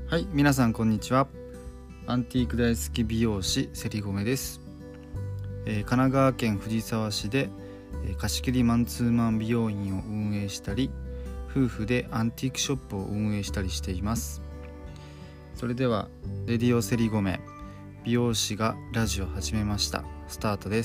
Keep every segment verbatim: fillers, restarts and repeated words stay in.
はい、皆さんこんにちは。アンティーク大好き美容師せりごめです、えー、神奈川県藤沢市で、えー、貸し切りマンツーマン美容院を運営したり、夫婦でアンティークショップを運営したりしています。それではレディオせりごめ美容師がラジオ始めました。スタートです。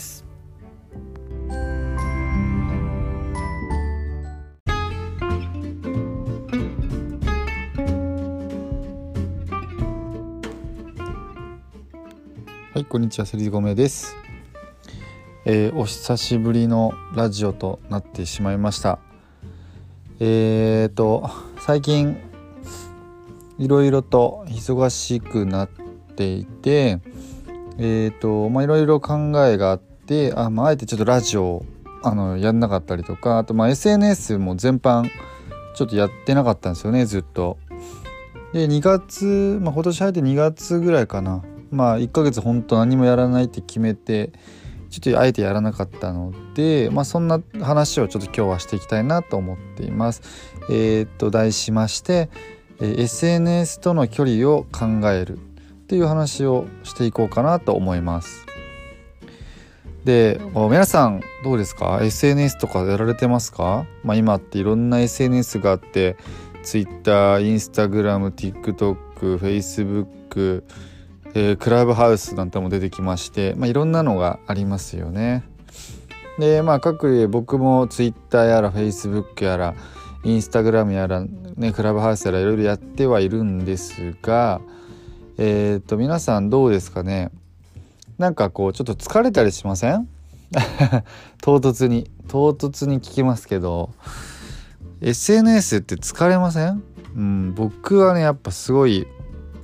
はい、こんにちは、せりごめです。えー、お久しぶりのラジオとなってしまいました。えーと最近いろいろと忙しくなっていて、えーとまあいろいろ考えがあって、あ、まあ、あえてちょっとラジオをあのやんなかったりとか、あとまあ エスエヌエス も全般ちょっとやってなかったんですよね、ずっと。でにがつ、まあ、今年入ってにがつぐらいかな、まあいっかげつ本当何もやらないって決めて、ちょっとあえてやらなかったので、まあそんな話をちょっと今日はしていきたいなと思っています。えー、っと題しまして、エスエヌエス との距離を考えるっていう話をしていこうかなと思います。で、皆さんどうですか？ エスエヌエス とかやられてますか？まあ今っていろんな エスエヌエス があって、Twitter、Instagram、TikTok、Facebook、えー、クラブハウスなんても出てきまして、まあ、いろんなのがありますよね。で、まあ各僕も Twitter やら Facebook やら Instagram やら、ね、クラブハウスやらいろいろやってはいるんですが、えー、と皆さんどうですかね。なんかこうちょっと疲れたりしません？唐突に唐突に聞きますけど、 エスエヌエス って疲れません？うん、僕はねやっぱすごい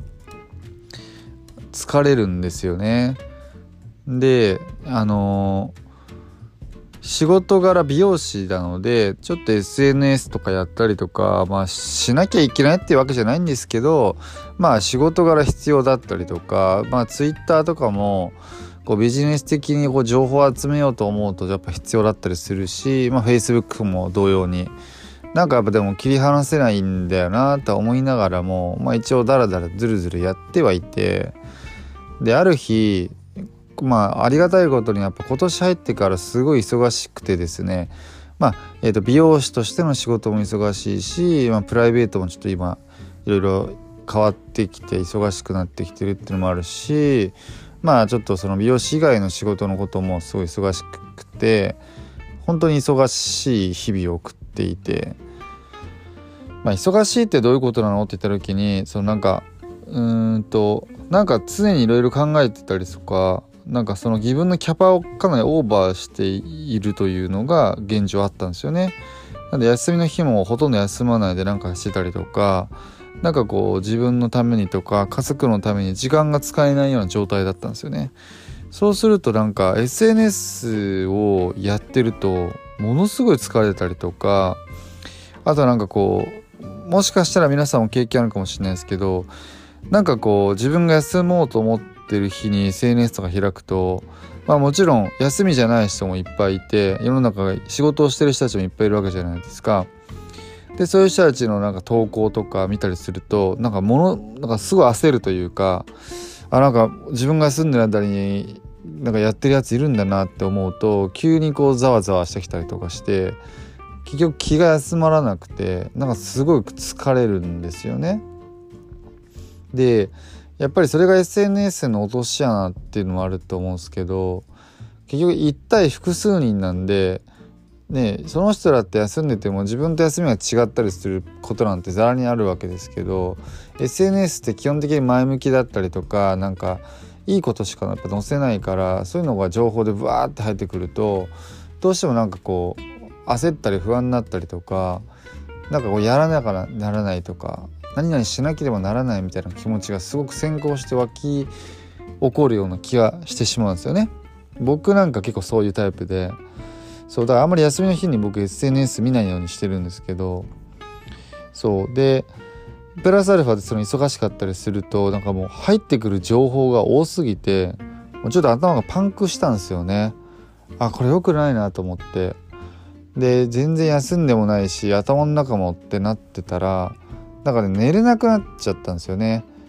疲れるんですよね。で、あのー、仕事柄美容師なので、ちょっと エスエヌエス とかやったりとか、まあしなきゃいけないっていうわけじゃないんですけど、まあ仕事柄必要だったりとか、まあ Twitter とかもこうビジネス的にこう情報を集めようと思うとやっぱ必要だったりするし、まあ Facebook も同様に。なんかやっぱでも切り離せないんだよなと思いながらも、まあ一応ダラダラズルズルやってはいて、である日、まあありがたいことにやっぱ今年入ってからすごい忙しくてですね、まあ、えーと美容師としての仕事も忙しいし、まあ、プライベートもちょっと今いろいろ変わってきて忙しくなってきてるっていうのもあるし、まあちょっとその美容師以外の仕事のこともすごい忙しくて、本当に忙しい日々を送っていて、まあ忙しいってどういうことなのって言った時に、そのなんかうーんとなんか常にいろいろ考えてたりとか、なんかその自分のキャパをかなりオーバーしているというのが現状あったんですよね。なんで休みの日もほとんど休まないでなんかしてたりとか、なんかこう自分のためにとか家族のために時間が使えないような状態だったんですよね。そうするとなんか エスエヌエス をやってるとものすごい疲れたりとか、あとなんかこうもしかしたら皆さんも経験あるかもしれないですけど、なんかこう自分が休もうと思ってる日に エスエヌエス とか開くと、まあもちろん休みじゃない人もいっぱいいて、世の中が仕事をしてる人たちもいっぱいいるわけじゃないですか。でそういう人たちのなんか投稿とか見たりすると、なんかものなんかすごい焦るというか、あ、なんか自分が休んでるあたりになんかやってるやついるんだなって思うと、急にこうざわざわしてきたりとかして、結局気が休まらなくて、なんかすごい疲れるんですよね。でやっぱりそれが エスエヌエス の落とし穴っていうのもあると思うんですけど、結局一対複数人なんでね、その人らって休んでても自分と休みが違ったりすることなんてざらにあるわけですけど、 エスエヌエス って基本的に前向きだったりとか、なんかいいことしかやっぱ載せないから、そういうのが情報でブワーって入ってくると、どうしてもなんかこう焦ったり不安になったりとか、なんかこうやらなきゃならないとか、何々しなければならないみたいな気持ちがすごく先行して湧き起こるような気がしてしまうんですよね。僕なんか結構そういうタイプで、そうだからあんまり休みの日に僕 エスエヌエス 見ないようにしてるんですけど、そうでプラスアルファでその忙しかったりすると、なんかもう入ってくる情報が多すぎて、もうちょっと頭がパンクしたんですよね。あ、これ良くないなと思って、で全然休んでもないし頭の中もってなってたら、なんかね寝れなくなっちゃったんですよね。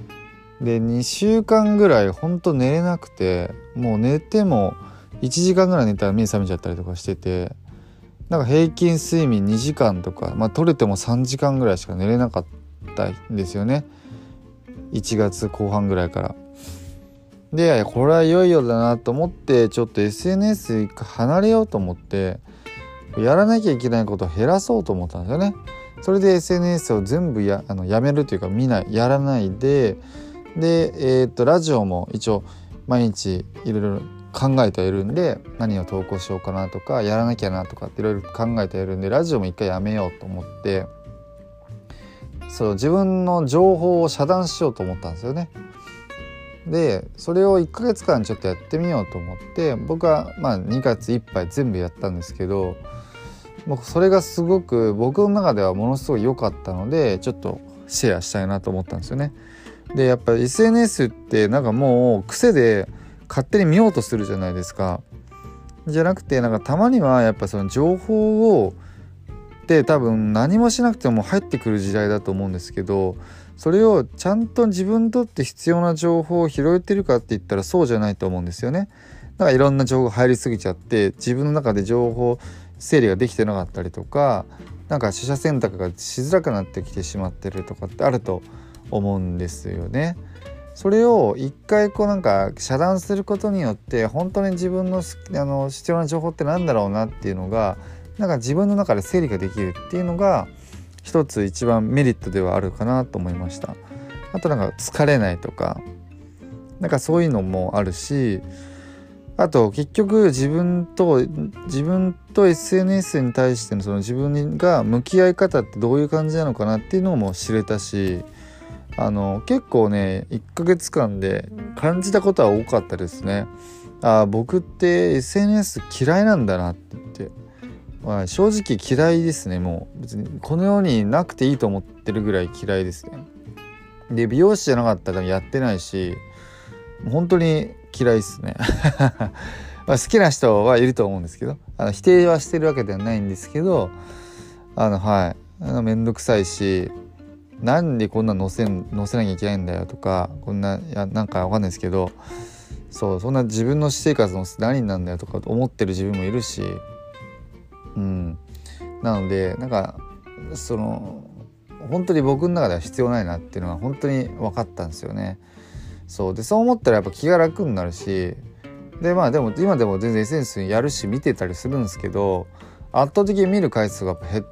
でにしゅうかんぐらいほんと寝れなくて、もう寝てもいちじかんぐらい寝たら目覚めちゃったりとかしてて、なんか平均睡眠にじかんとか、まあ取れてもさんじかんぐらいしか寝れなかったんですよね、いちがつこう半ぐらいから。でこれはいよいよだなと思って、ちょっと エスエヌエス 一回離れようと思って、やらなきゃいけないことを減らそうと思ったんですよね。それで エスエヌエス を全部やあのやめるというか見ないやらないで、で、えー、っとラジオも一応毎日いろいろ考えてはいるんで、何を投稿しようかなとかやらなきゃなとかっていろいろ考えてはいるんで、ラジオも一回やめようと思って、そう自分の情報を遮断しようと思ったんですよね。でそれをいっかげつかんちょっとやってみようと思って、僕はまあにがついっぱい全部やったんですけど、もうそれがすごく僕の中ではものすごい良かったので、ちょっとシェアしたいなと思ったんですよね。でやっぱり エスエヌエス ってなんかもう癖で勝手に見ようとするじゃないですか。じゃなくて、なんかたまにはやっぱその情報をで多分何もしなくても入ってくる時代だと思うんですけど、それをちゃんと自分にとって必要な情報を拾えてるかって言ったらそうじゃないと思うんですよね。だからいろんな情報入りすぎちゃって、自分の中で情報整理ができてなかったりとか、なんか取捨選択がしづらくなってきてしまってるとかってあると思うんですよね。それを一回こうなんか遮断することによって、本当に自分のあの必要な情報ってなんだろうなっていうのが、なんか自分の中で整理ができるっていうのが一つ一番メリットではあるかなと思いました。あとなんか疲れないとか、なんかそういうのもあるし、あと結局自分と自分と エスエヌエス に対してのその自分が向き合い方ってどういう感じなのかなっていうのも知れたし、あの結構ねいっかげつかんで感じたことは多かったですね。あ、僕って エスエヌエス 嫌いなんだなって言って、まあ、正直嫌いですね。もう別にこの世になくていいと思ってるぐらい嫌いですね。で美容師じゃなかったらやってないし、本当に嫌いですねまあ好きな人はいると思うんですけど、あの否定はしてるわけではないんですけど、あのはいあのめんどくさいし、なんでこんな載せん載せなきゃいけないんだよとか、こんないやなんかわかんないですけど、そうそんな自分の私生活の何なんだよとか思ってる自分もいるし、うんなのでなんかその本当に僕の中では必要ないなっていうのは本当に分かったんですよね。そうでそう思ったらやっぱ気が楽になるし、でまあでも今でも全然 エスエヌエス やるし見てたりするんですけど、圧倒的に見る回数が減って、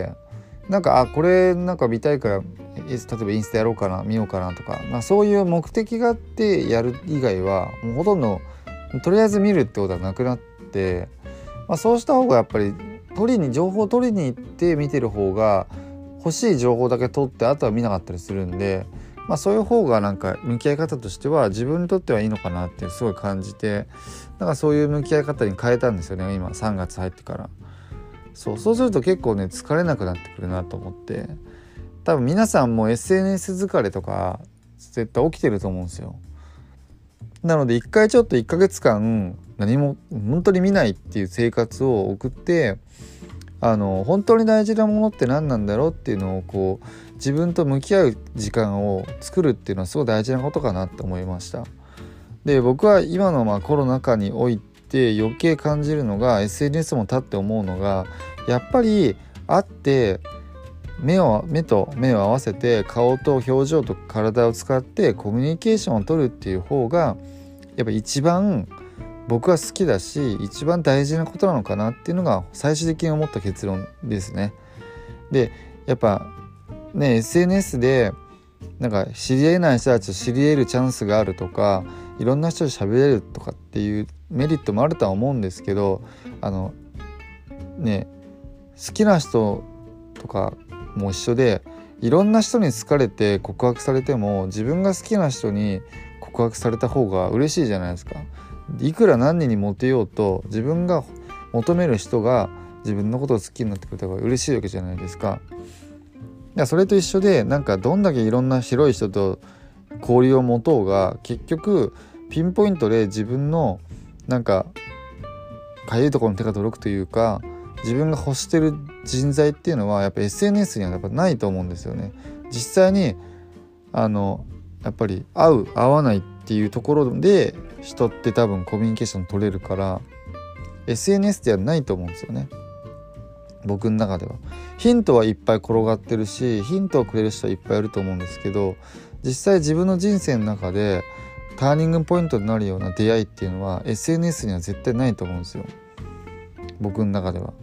なんかあこれなんか見たいから例えばインスタやろうかな見ようかなとか、まあ、そういう目的があってやる以外はもうほとんどとりあえず見るってことはなくなって、まあ、そうした方がやっぱり取りに情報を取りに行って見てる方が欲しい情報だけ取ってあとは見なかったりするんで、まあ、そういう方がなんか向き合い方としては自分にとってはいいのかなってすごい感じて、なんかそういう向き合い方に変えたんですよね今さんがつ入ってから。そうそうすると結構ね疲れなくなってくるなと思って、多分皆さんも エスエヌエス 疲れとか絶対起きてると思うんですよ。なので一回ちょっといっかげつかん何も本当に見ないっていう生活を送って、あの本当に大事なものって何なんだろうっていうのをこう自分と向き合う時間を作るっていうのはすごい大事なことかなって思いました。で僕は今のまあコロナ禍において余計感じるのが エスエヌエス も立って思うのが、やっぱり会って目を目と目を合わせて顔と表情と体を使ってコミュニケーションを取るっていう方がやっぱ一番僕は好きだし一番大事なことなのかなっていうのが最終的に思った結論ですね。でやっぱね エスエヌエス でなんか知り得ない人たちと知り得るチャンスがあるとか、いろんな人と喋れるとかっていうメリットもあるとは思うんですけど、あのね好きな人とかも一緒で、いろんな人に好かれて告白されても自分が好きな人に告白された方が嬉しいじゃないですか。いくら何人にモテようと自分が求める人が自分のことを好きになってくれた方が嬉しいわけじゃないですか。いやそれと一緒で、なんかどんだけいろんな広い人と交流を持とうが結局ピンポイントで自分のなんかかゆいところに手が届くというか、自分が欲してる人材っていうのはやっぱ エスエヌエス にはやっぱないと思うんですよね。実際にあのやっぱり合う合わないっていうところで人って多分コミュニケーション取れるから エスエヌエス ではないと思うんですよね、僕の中では。ヒントはいっぱい転がってるし、ヒントをくれる人はいっぱいいると思うんですけど、実際自分の人生の中でターニングポイントになるような出会いっていうのは エスエヌエス には絶対ないと思うんですよ、僕の中では。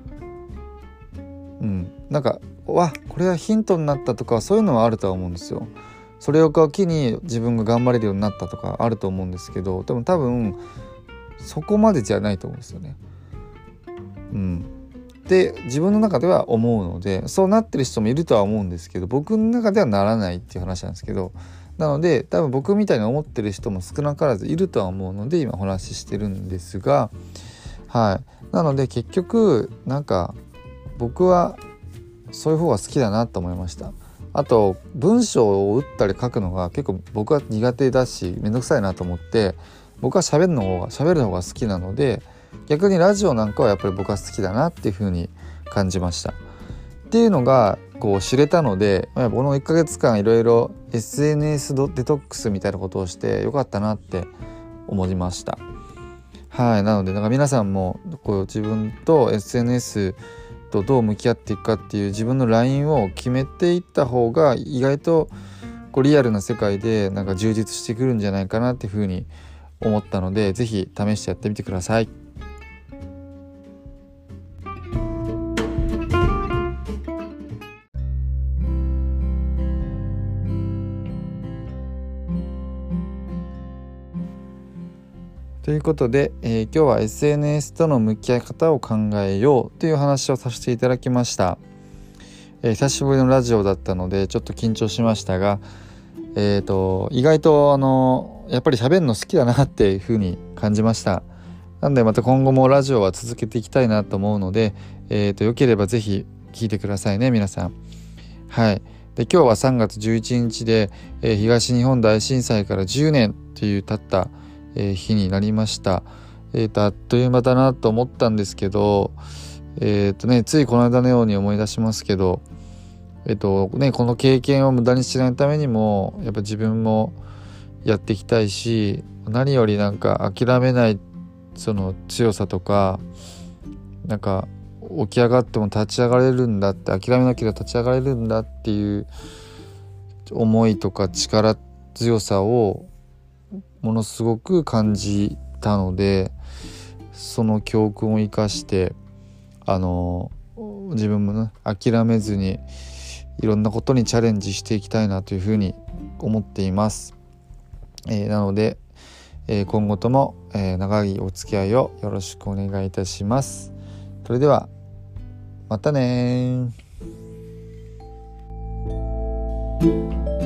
うんなんかわこれはヒントになったとかそういうのはあるとは思うんですよ。それを機に自分が頑張れるようになったとかあると思うんですけど、でも多分そこまでじゃないと思うんですよね。うんで自分の中では思うので、そうなってる人もいるとは思うんですけど、僕の中ではならないっていう話なんですけど、なので多分僕みたいに思ってる人も少なからずいるとは思うので今お話ししてるんですが、はいなので結局なんか僕はそういう方が好きだなと思いました。あと文章を打ったり書くのが結構僕は苦手だしめんどくさいなと思って、僕は喋るの方が喋る方が好きなので、逆にラジオなんかはやっぱり僕は好きだなっていう風に感じましたっていうのがこう知れたので、このいっかげつかんいろいろ エスエヌエス デトックスみたいなことをしてよかったなって思いました。はいなのでなんか皆さんもこう自分と エスエヌエスとどう向き合っていくかっていう自分のラインを決めていった方が意外とこうリアルな世界でなんか充実してくるんじゃないかなっていうふうに思ったので、ぜひ試してやってみてください。ということで、えー、今日は エスエヌエス との向き合い方を考えようという話をさせていただきました。えー、久しぶりのラジオだったのでちょっと緊張しましたが、えーと、意外とあのやっぱり喋るの好きだなっていう風に感じました。なのでまた今後もラジオは続けていきたいなと思うので、えーと、よければぜひ聞いてくださいね皆さん。はい。で今日はさんがつじゅういちにちで、えー、東日本大震災からじゅうねんという経ったえー、日になりました。えーと、あっという間だなと思ったんですけど、えーとね、ついこの間のように思い出しますけど、えーとね、この経験を無駄にしないためにもやっぱ自分もやっていきたいし、何よりなんか諦めないその強さとか、なんか起き上がっても立ち上がれるんだって、諦めなければ立ち上がれるんだっていう思いとか力強さをものすごく感じたので、その教訓を生かしてあの自分もね諦めずにいろんなことにチャレンジしていきたいなというふうに思っています。えー、なので、えー、今後とも、えー、長いお付き合いをよろしくお願いいたします。それではまたね。